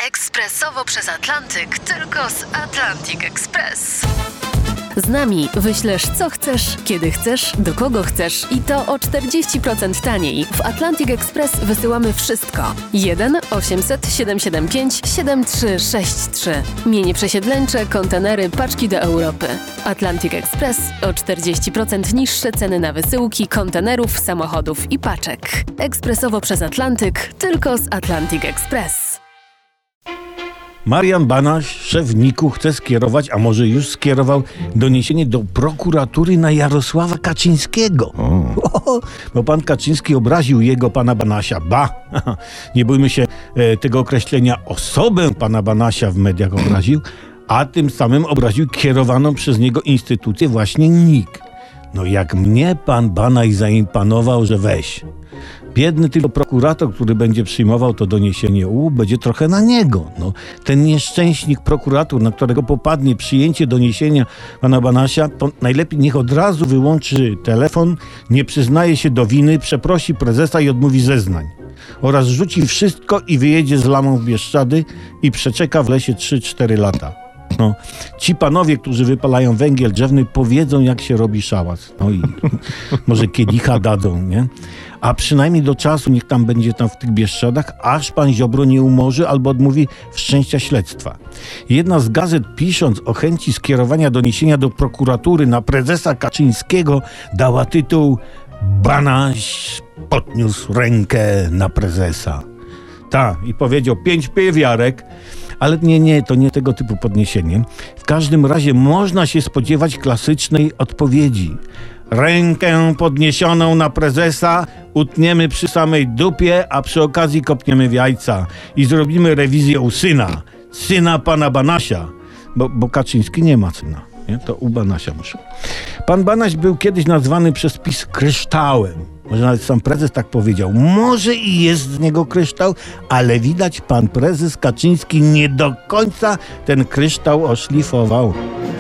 Ekspresowo przez Atlantyk, tylko z Atlantic Express. Z nami wyślesz co chcesz, kiedy chcesz, do kogo chcesz i to o 40% taniej. W Atlantic Express wysyłamy wszystko. 1 800 775 7363. Mienie przesiedleńcze, kontenery, paczki do Europy. Atlantic Express o 40% niższe ceny na wysyłki, kontenerów, samochodów i paczek. Ekspresowo przez Atlantyk, tylko z Atlantic Express. Marian Banaś, szef NIK-u, chce skierować, a może już skierował, doniesienie do prokuratury na Jarosława Kaczyńskiego. Bo pan Kaczyński obraził pana Banasia. Nie bójmy się tego określenia, osobę pana Banasia w mediach obraził, a tym samym obraził kierowaną przez niego instytucję, właśnie NIK. No jak mnie pan Banaś zaimponował, że weź. Biedny tylko prokurator, który będzie przyjmował to doniesienie, będzie trochę na niego. No, ten nieszczęśnik prokurator, na którego popadnie przyjęcie doniesienia pana Banasia, to najlepiej niech od razu wyłączy telefon, nie przyznaje się do winy, przeprosi prezesa i odmówi zeznań. Oraz rzuci wszystko i wyjedzie z lamą w Bieszczady i przeczeka w lesie 3-4 lata. No, ci panowie, którzy wypalają węgiel drzewny, powiedzą, jak się robi szałas. No i może kielicha dadzą, nie? A przynajmniej do czasu niech tam będzie w tych Bieszczadach, aż pan Ziobro nie umorzy albo odmówi wszczęcia śledztwa. Jedna z gazet, pisząc o chęci skierowania doniesienia do prokuratury na prezesa Kaczyńskiego, dała tytuł „Banaś podniósł rękę na prezesa”. I powiedział 5 piewiarek. Ale nie, to nie tego typu podniesienie. W każdym razie można się spodziewać klasycznej odpowiedzi. Rękę podniesioną na prezesa utniemy przy samej dupie, a przy okazji kopniemy w jajca i zrobimy rewizję u syna pana Banasia, bo Kaczyński nie ma syna. Nie? To u Banasia muszą. Pan Banaś był kiedyś nazwany przez PiS kryształem. Może nawet sam prezes tak powiedział. Może i jest z niego kryształ, ale widać pan prezes Kaczyński nie do końca ten kryształ oszlifował.